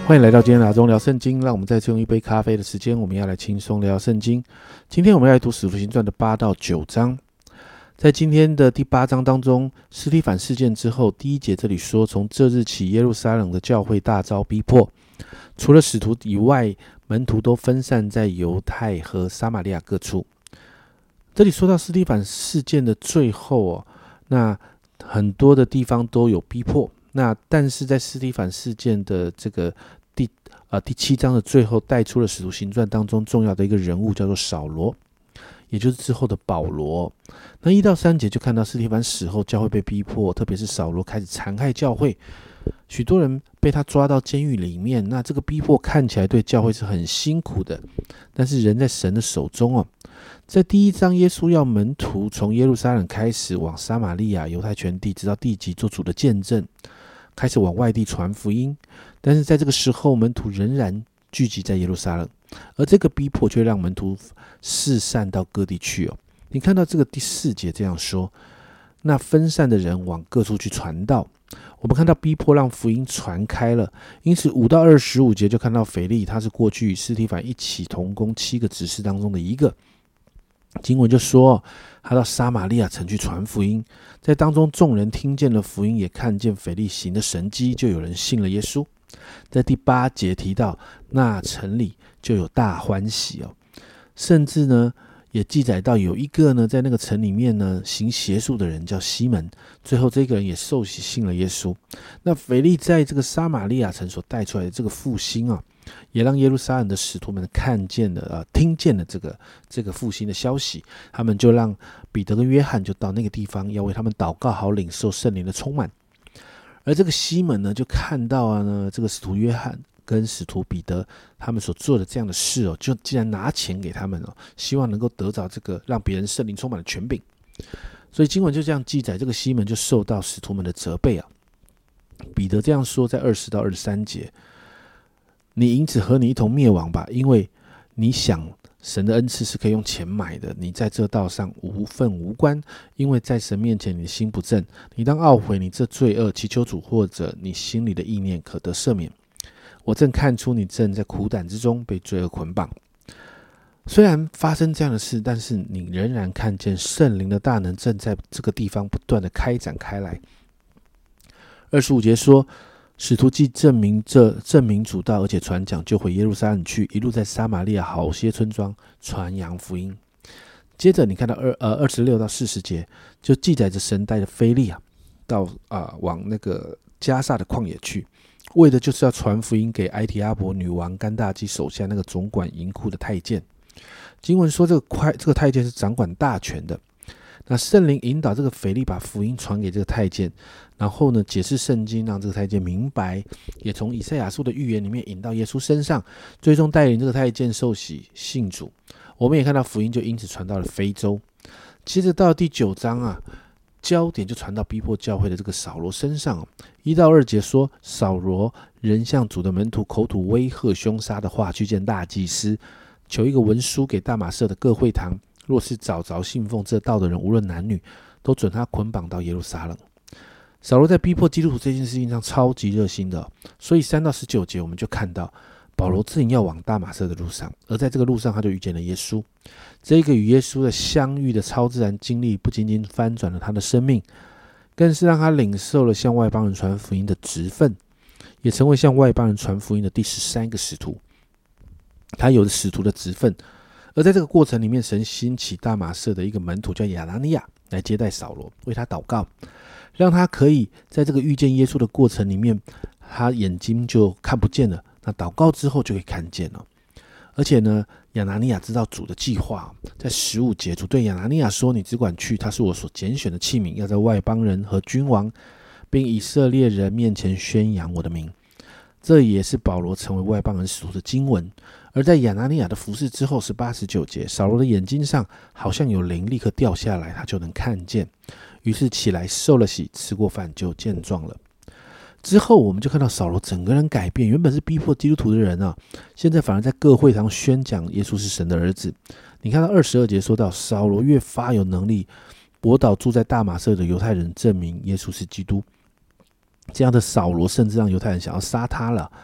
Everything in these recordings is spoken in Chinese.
欢迎来到今天拿中聊圣经，让我们再次用一杯咖啡的时间，我们要来轻松聊圣经。今天我们要来读使徒行传的8到9章。在今天的第8章当中，司提反事件之后，第1节这里说，从这日起，耶路撒冷的教会大遭逼迫，除了使徒以外，门徒都分散在犹太和撒玛利亚各处。这里说到司提反事件的最后那很多的地方都有逼迫。但是在司提反事件的这个第7章的最后，带出了使徒行传当中重要的一个人物，叫做扫罗，也就是之后的保罗。那1到3节就看到司提反死后，教会被逼迫，特别是扫罗开始残害教会，许多人被他抓到监狱里面。那这个逼迫看起来对教会是很辛苦的，但是人在神的手中在第1章，耶稣要门徒从耶路撒冷开始，往撒玛利亚、犹太全地，直到地极做主的见证，开始往外地传福音。但是在这个时候，门徒仍然聚集在耶路撒冷，而这个逼迫却让门徒四散到各地去你看到这个第4节这样说，那分散的人往各处去传道。我们看到逼迫让福音传开了，因此5到25节就看到腓利，他是过去与司提反一起同工7个执事当中的一个。经文就说他到撒玛利亚城去传福音，在当中众人听见了福音，也看见腓利行的神迹，就有人信了耶稣。在第8节提到，那城里就有大欢喜甚至呢也记载到有一个呢在那个城里面呢行邪术的人叫西门，最后这个人也受洗信了耶稣。那腓利在这个撒玛利亚城所带出来的这个复兴也让耶路撒冷的使徒们看见了听见了这个复兴的消息，他们就让彼得跟约翰就到那个地方，要为他们祷告，好领受圣灵的充满。而这个西门呢，就看到这个使徒约翰跟使徒彼得他们所做的这样的事就竟然拿钱给他们希望能够得着这个让别人圣灵充满的权柄。所以经文就这样记载，这个西门就受到使徒们的责备彼得这样说，在20到23节，你因此和你一同灭亡吧，因为你想神的恩赐是可以用钱买的，你在这道上无份无关，因为在神面前你的心不正，你当懊悔你这罪恶，祈求主或者你心里的意念可得赦免。我正看出你正在苦胆之中被罪恶捆绑。虽然发生这样的事，但是你仍然看见圣灵的大能正在这个地方不断的开展开来。25节说，使徒既证明主道，而且传讲，就回耶路撒冷去，一路在撒玛利亚好些村庄传扬福音。接着你看到26到40节，就记载着神带着腓利到往那个加萨的旷野去，为的就是要传福音给埃提阿伯女王甘大基手下那个总管银库的太监。经文说这个太监是掌管大权的。那圣灵引导这个腓利把福音传给这个太监，然后呢解释圣经，让这个太监明白，也从以赛亚书的预言里面引到耶稣身上，最终带领这个太监受洗信主。我们也看到福音就因此传到了非洲。接着到第9章焦点就传到逼迫教会的这个扫罗身上1到2节说，扫罗仍向主的门徒口吐威吓凶杀的话，去见大祭司，求一个文书给大马色的各会堂，若是找着信奉这道的人，无论男女，都准他捆绑到耶路撒冷。扫罗在逼迫基督徒这件事情上超级热心的所以3到19节我们就看到保罗正要往大马色的路上，而在这个路上他就遇见了耶稣。这个与耶稣的相遇的超自然经历，不仅仅翻转了他的生命，更是让他领受了向外邦人传福音的职分，也成为向外邦人传福音的第13个使徒。他有了使徒的职分，而在这个过程里面，神兴起大马色的一个门徒叫亚拿尼亚来接待扫罗，为他祷告，让他可以在这个遇见耶稣的过程里面，他眼睛就看不见了，那祷告之后就可以看见了。而且呢，亚拿尼亚知道主的计划，在15节，主对亚拿尼亚说，你只管去，他是我所拣选的器皿，要在外邦人和君王并以色列人面前宣扬我的名。这也是保罗成为外邦人使徒的经文。而在亚拿尼亚的服事之后，18、19节，扫罗的眼睛上好像有灵立刻掉下来，他就能看见，于是起来受了洗，吃过饭就健壮了。之后我们就看到扫罗整个人改变，原本是逼迫基督徒的人现在反而在各会堂宣讲耶稣是神的儿子。你看到22节说到，扫罗越发有能力驳倒住在大马色的犹太人，证明耶稣是基督。这样的扫罗甚至让犹太人想要杀他了。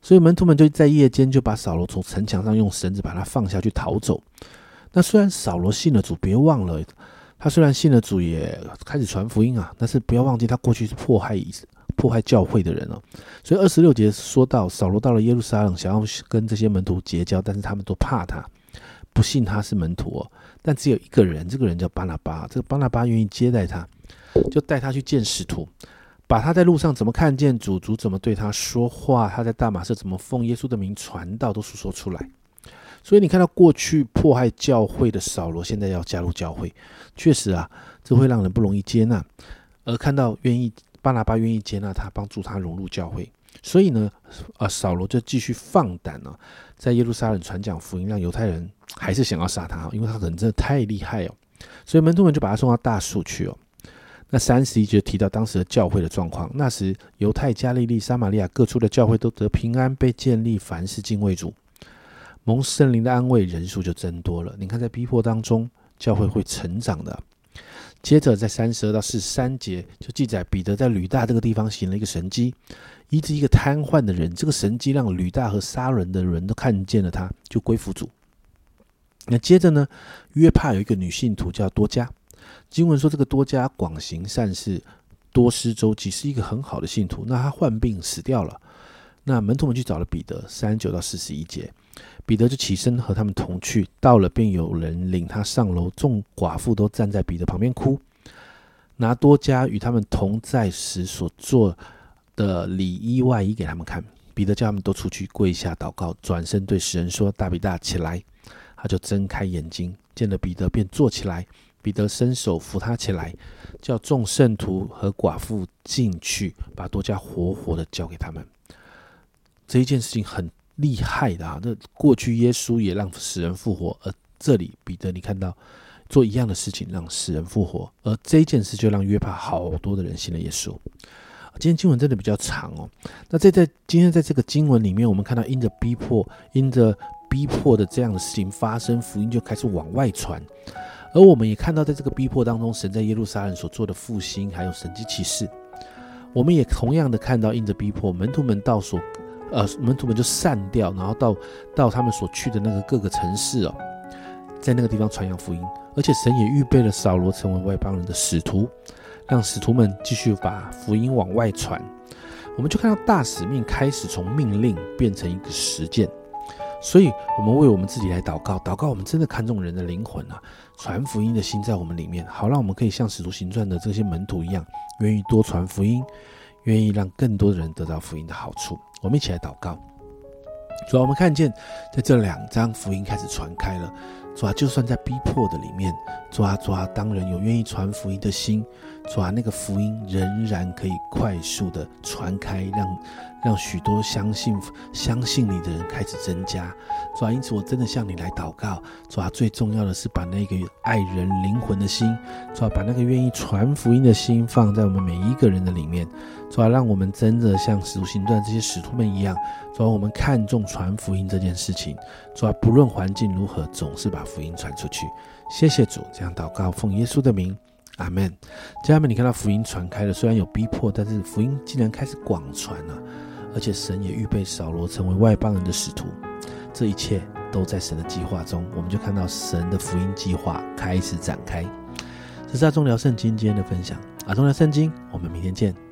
所以门徒们就在夜间就把扫罗从城墙上用绳子把他放下去逃走。那虽然扫罗信了主，别忘了他虽然信了主也开始传福音啊，但是不要忘记他过去是迫害教会的人哦。所以26节说到，扫罗到了耶路撒冷，想要跟这些门徒结交，但是他们都怕他，不信他是门徒哦。但只有一个人，这个人叫巴拿巴，这个巴拿巴愿意接待他，就带他去见使徒，把他在路上怎么看见主，主怎么对他说话，他在大马色怎么奉耶稣的名传道，都述说出来。所以你看到过去迫害教会的扫罗，现在要加入教会，确实啊，这会让人不容易接纳。而看到巴拿巴愿意接纳他，帮助他融入教会，所以呢，扫罗就继续放胆啊，在耶路撒冷传讲福音，让犹太人还是想要杀他，因为他可能真的太厉害哦。所以门徒们就把他送到大树去哦。那31节提到当时的教会的状况，那时犹太、加利利、撒玛利亚各处的教会都得平安，被建立，凡事敬畏主。蒙圣灵的安慰，人数就增多了。你看，在逼迫当中，教会会成长的。接着在32到43节就记载，彼得在吕大这个地方行了一个神迹，医治一个瘫痪的人。这个神迹让吕大和撒伦的人都看见了他，就归服主。那接着呢，约帕有一个女信徒叫多加，经文说这个多加广行善事，多施周济，是一个很好的信徒。那他患病死掉了。那门徒们去找了彼得，39到41节，彼得就起身和他们同去，到了便有人领他上楼，众寡妇都站在彼得旁边哭，拿多加与他们同在时所做的里衣外衣给他们看。彼得叫他们都出去跪下祷告，转身对使人说：大比大起来。他就睁开眼睛，见了彼得便坐起来。彼得伸手扶他起来，叫众圣徒和寡妇进去，把多加活活的交给他们。这一件事情很厉害的啊！这过去耶稣也让死人复活，而这里彼得你看到做一样的事情，让死人复活，而这一件事就让约帕好多的人信了耶稣。今天经文真的比较长哦。那今天在这个经文里面，我们看到因着逼迫的这样的事情发生，福音就开始往外传。而我们也看到，在这个逼迫当中，神在耶路撒冷所做的复兴，还有神迹奇事。我们也同样的看到，因着逼迫，门徒们就散掉，然后到他们所去的那个各个城市哦，在那个地方传扬福音。而且神也预备了扫罗成为外邦人的使徒，让使徒们继续把福音往外传。我们就看到大使命开始从命令变成一个实践。所以我们为我们自己来祷告我们真的看重人的灵魂啊，传福音的心在我们里面，好让我们可以像使徒行传的这些门徒一样，愿意多传福音，愿意让更多的人得到福音的好处。我们一起来祷告。主啊，我们看见在这2章福音开始传开了。主啊，就算在逼迫的里面，主啊，当人有愿意传福音的心，主啊，那个福音仍然可以快速的传开，让许多相信你的人开始增加。主啊，因此我真的向你来祷告。主啊，最重要的是把那个爱人灵魂的心，主啊，把那个愿意传福音的心放在我们每一个人的里面。主啊，让我们真的像使徒行传这些使徒们一样，主啊，我们看重传福音这件事情。主啊，不论环境如何，总是把福音传出去。谢谢主，这样祷告奉耶稣的名，阿们。家人们，你看到福音传开了，虽然有逼迫，但是福音竟然开始广传了，而且神也预备扫罗成为外邦人的使徒。这一切都在神的计划中，我们就看到神的福音计划开始展开。这是阿忠聊圣经今天的分享，阿忠聊圣经，我们明天见。